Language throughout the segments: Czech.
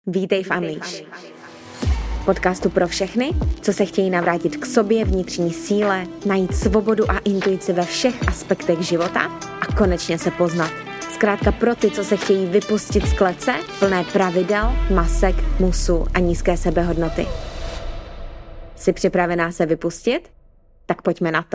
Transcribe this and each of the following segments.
Vítej v Unleash. Podcastu pro všechny, co se chtějí navrátit k sobě, vnitřní síle, najít svobodu a intuici ve všech aspektech života a konečně se poznat. Zkrátka pro ty, co se chtějí vypustit z klece, plné pravidel, masek, musu a nízké sebehodnoty. Jsi připravená se vypustit? Tak pojďme na to.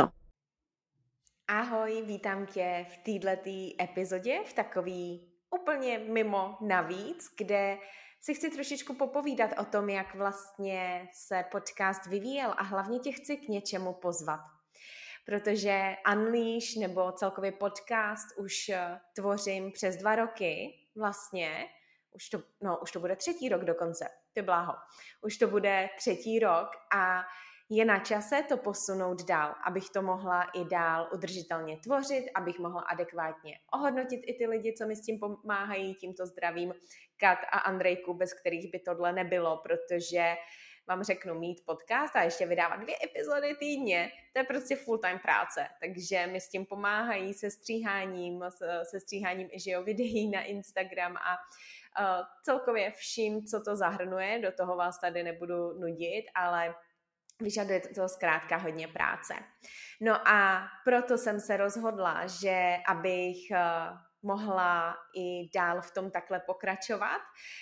Ahoj, vítám tě v této epizodě, v takový úplně mimo navíc, kde si chci trošičku popovídat o tom, jak vlastně se podcast vyvíjel a hlavně tě chci k něčemu pozvat. Protože Unleash nebo celkově podcast už tvořím přes 2 roky vlastně, už to bude 3. rok dokonce, ty bláho, už to bude 3. rok a je na čase to posunout dál, abych to mohla i dál udržitelně tvořit, abych mohla adekvátně ohodnotit i ty lidi, co mi s tím pomáhají, tímto zdravím Kat a Andrejku, bez kterých by tohle nebylo, protože vám řeknu, mít podcast a ještě vydávat 2 epizody týdně, to je prostě full-time práce, takže mi s tím pomáhají se stříháním i videí na Instagram a celkově vším, co to zahrnuje, do toho vás tady nebudu nudit, ale vyžaduje to zkrátka hodně práce. No a proto jsem se rozhodla, že abych mohla i dál v tom takhle pokračovat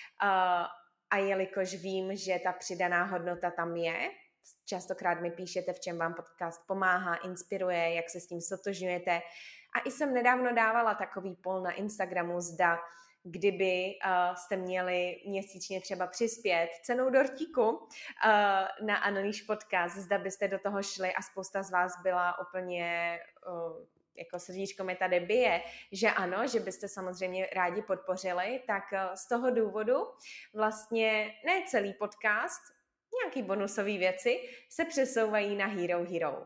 a jelikož vím, že ta přidaná hodnota tam je, častokrát mi píšete, v čem vám podcast pomáhá, inspiruje, jak se s tím stotožňujete. A i jsem nedávno dávala takový poll na Instagramu, zda kdyby jste měli měsíčně třeba přispět cenou dortíku na Unleash podcast, zda byste do toho šli a spousta z vás byla úplně jako srdíčko mi tady bije, že ano, že byste samozřejmě rádi podpořili, tak z toho důvodu vlastně ne celý podcast, nějaký bonusové věci se přesouvají na Hero Hero.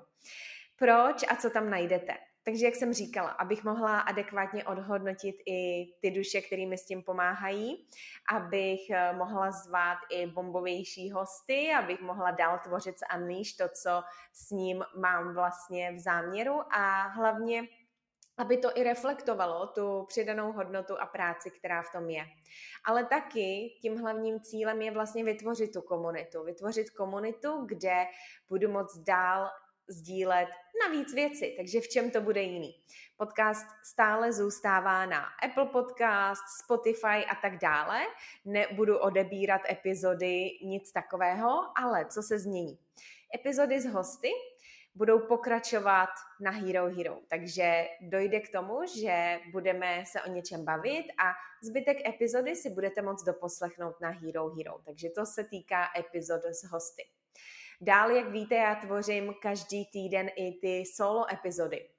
Proč a co tam najdete? Takže jak jsem říkala, abych mohla adekvátně odhodnotit i ty duše, kterými s tím pomáhají, abych mohla zvát i bombovější hosty, abych mohla dál tvořit s Unleash to, co s ním mám vlastně v záměru a hlavně, aby to i reflektovalo tu přidanou hodnotu a práci, která v tom je. Ale taky tím hlavním cílem je vlastně vytvořit tu komunitu. Vytvořit komunitu, kde budu moct dál sdílet navíc věci, takže v čem to bude jiný. Podcast stále zůstává na Apple Podcast, Spotify a tak dále. Nebudu odebírat epizody, nic takového, ale co se změní? Epizody s hosty budou pokračovat na Hero Hero, takže dojde k tomu, že budeme se o něčem bavit a zbytek epizody si budete moct doposlechnout na Hero Hero, takže to se týká epizod s hosty. Dál, jak víte, já tvořím každý týden i ty solo epizody.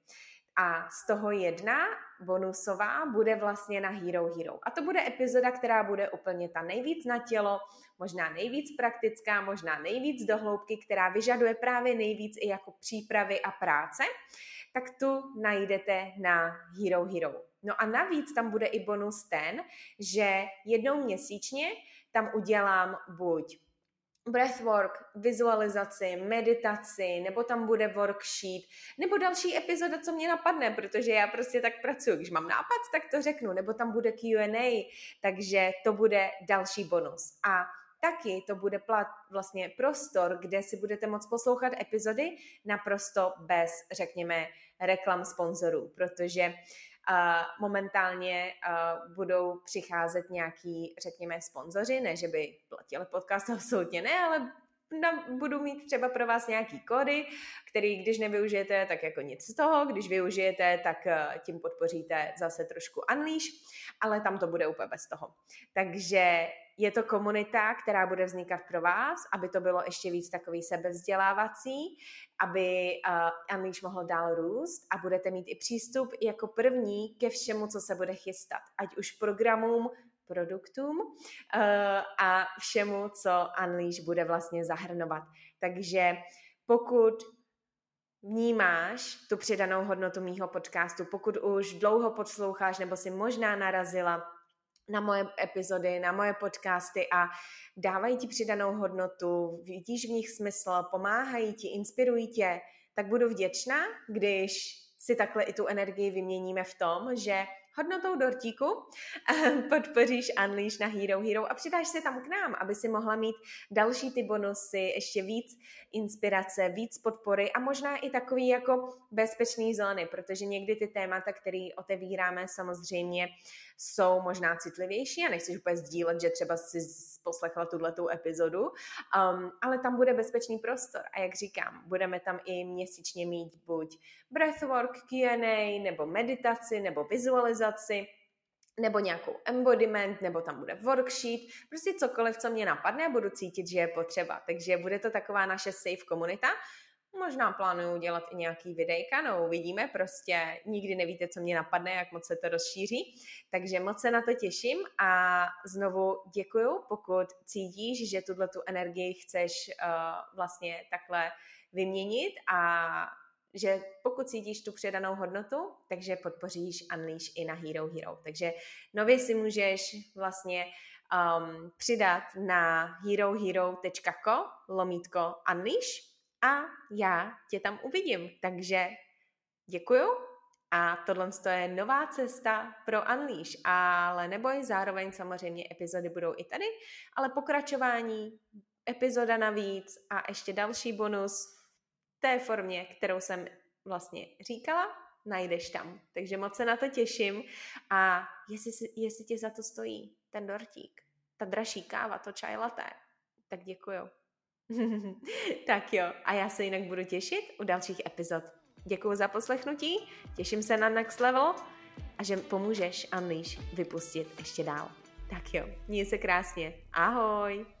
A z toho jedna bonusová bude vlastně na Hero Hero. A to bude epizoda, která bude úplně ta nejvíc na tělo, možná nejvíc praktická, možná nejvíc do hloubky, která vyžaduje právě nejvíc i jako přípravy a práce. Tak tu najdete na Hero Hero. No a navíc tam bude i bonus ten, že jednou měsíčně tam udělám buď breathwork, vizualizaci, meditaci, nebo tam bude worksheet, nebo další epizoda, co mě napadne, protože já prostě tak pracuji. Když mám nápad, tak to řeknu, nebo tam bude Q&A, takže to bude další bonus. A taky to bude vlastně prostor, kde si budete moct poslouchat epizody naprosto bez, řekněme, reklam sponzorů, protože momentálně budou přicházet nějaký, řekněme, sponzoři, ne, že by platili podcast, absolutně ne, ale budu mít třeba pro vás nějaký kódy, který když nevyužijete, tak jako nic z toho, když využijete, tak tím podpoříte zase trošku Unleash, ale tam to bude úplně bez toho. Takže je to komunita, která bude vznikat pro vás, aby to bylo ještě víc takový sebevzdělávací, aby Unleash mohl dál růst a budete mít i přístup jako první ke všemu, co se bude chystat. Ať už programům, produktům a všemu, co Unleash bude vlastně zahrnovat. Takže pokud vnímáš tu přidanou hodnotu mýho podcastu, pokud už dlouho posloucháš nebo si možná narazila na moje epizody, na moje podcasty a dávají ti přidanou hodnotu, vidíš v nich smysl, pomáhají ti, inspirují tě, tak budu vděčná, když si takhle i tu energii vyměníme v tom, že hodnotou dortíku podpoříš Unleash na Hero Hero a přidáš se tam k nám, aby si mohla mít další ty bonusy, ještě víc inspirace, víc podpory a možná i takový jako bezpečný zóny, protože někdy ty témata, které otevíráme, samozřejmě jsou možná citlivější a nechceš úplně sdílet, že třeba si poslechla tuhletu epizodu, ale tam bude bezpečný prostor a jak říkám, budeme tam i měsíčně mít buď breathwork, Q&A, nebo meditaci, nebo vizualizaci, nebo nějakou embodiment, nebo tam bude worksheet, prostě cokoliv, co mě napadne a budu cítit, že je potřeba. Takže bude to taková naše safe komunita. Možná plánuju dělat i nějaký videjka, no uvidíme, prostě nikdy nevíte, co mě napadne, jak moc se to rozšíří. Takže moc se na to těším a znovu děkuju, pokud cítíš, že tu energii chceš vlastně takhle vyměnit a že pokud cítíš tu předanou hodnotu, takže podpoříš Unleash i na Hero Hero. Takže nově si můžeš vlastně přidat na herohero.co/Unleash a já tě tam uvidím. Takže děkuju a tohle je nová cesta pro Unleash, ale neboj, zároveň samozřejmě epizody budou i tady, ale pokračování, epizoda navíc a ještě další bonus v té formě, kterou jsem vlastně říkala, najdeš tam. Takže moc se na to těším a jestli ti za to stojí ten dortík, ta dražší káva, to čaj latte, tak děkuju. Tak jo, a já se jinak budu těšit u dalších epizod. Děkuju za poslechnutí, těším se na Next Level a že pomůžeš Unleash vypustit ještě dál. Tak jo, měj se krásně. Ahoj!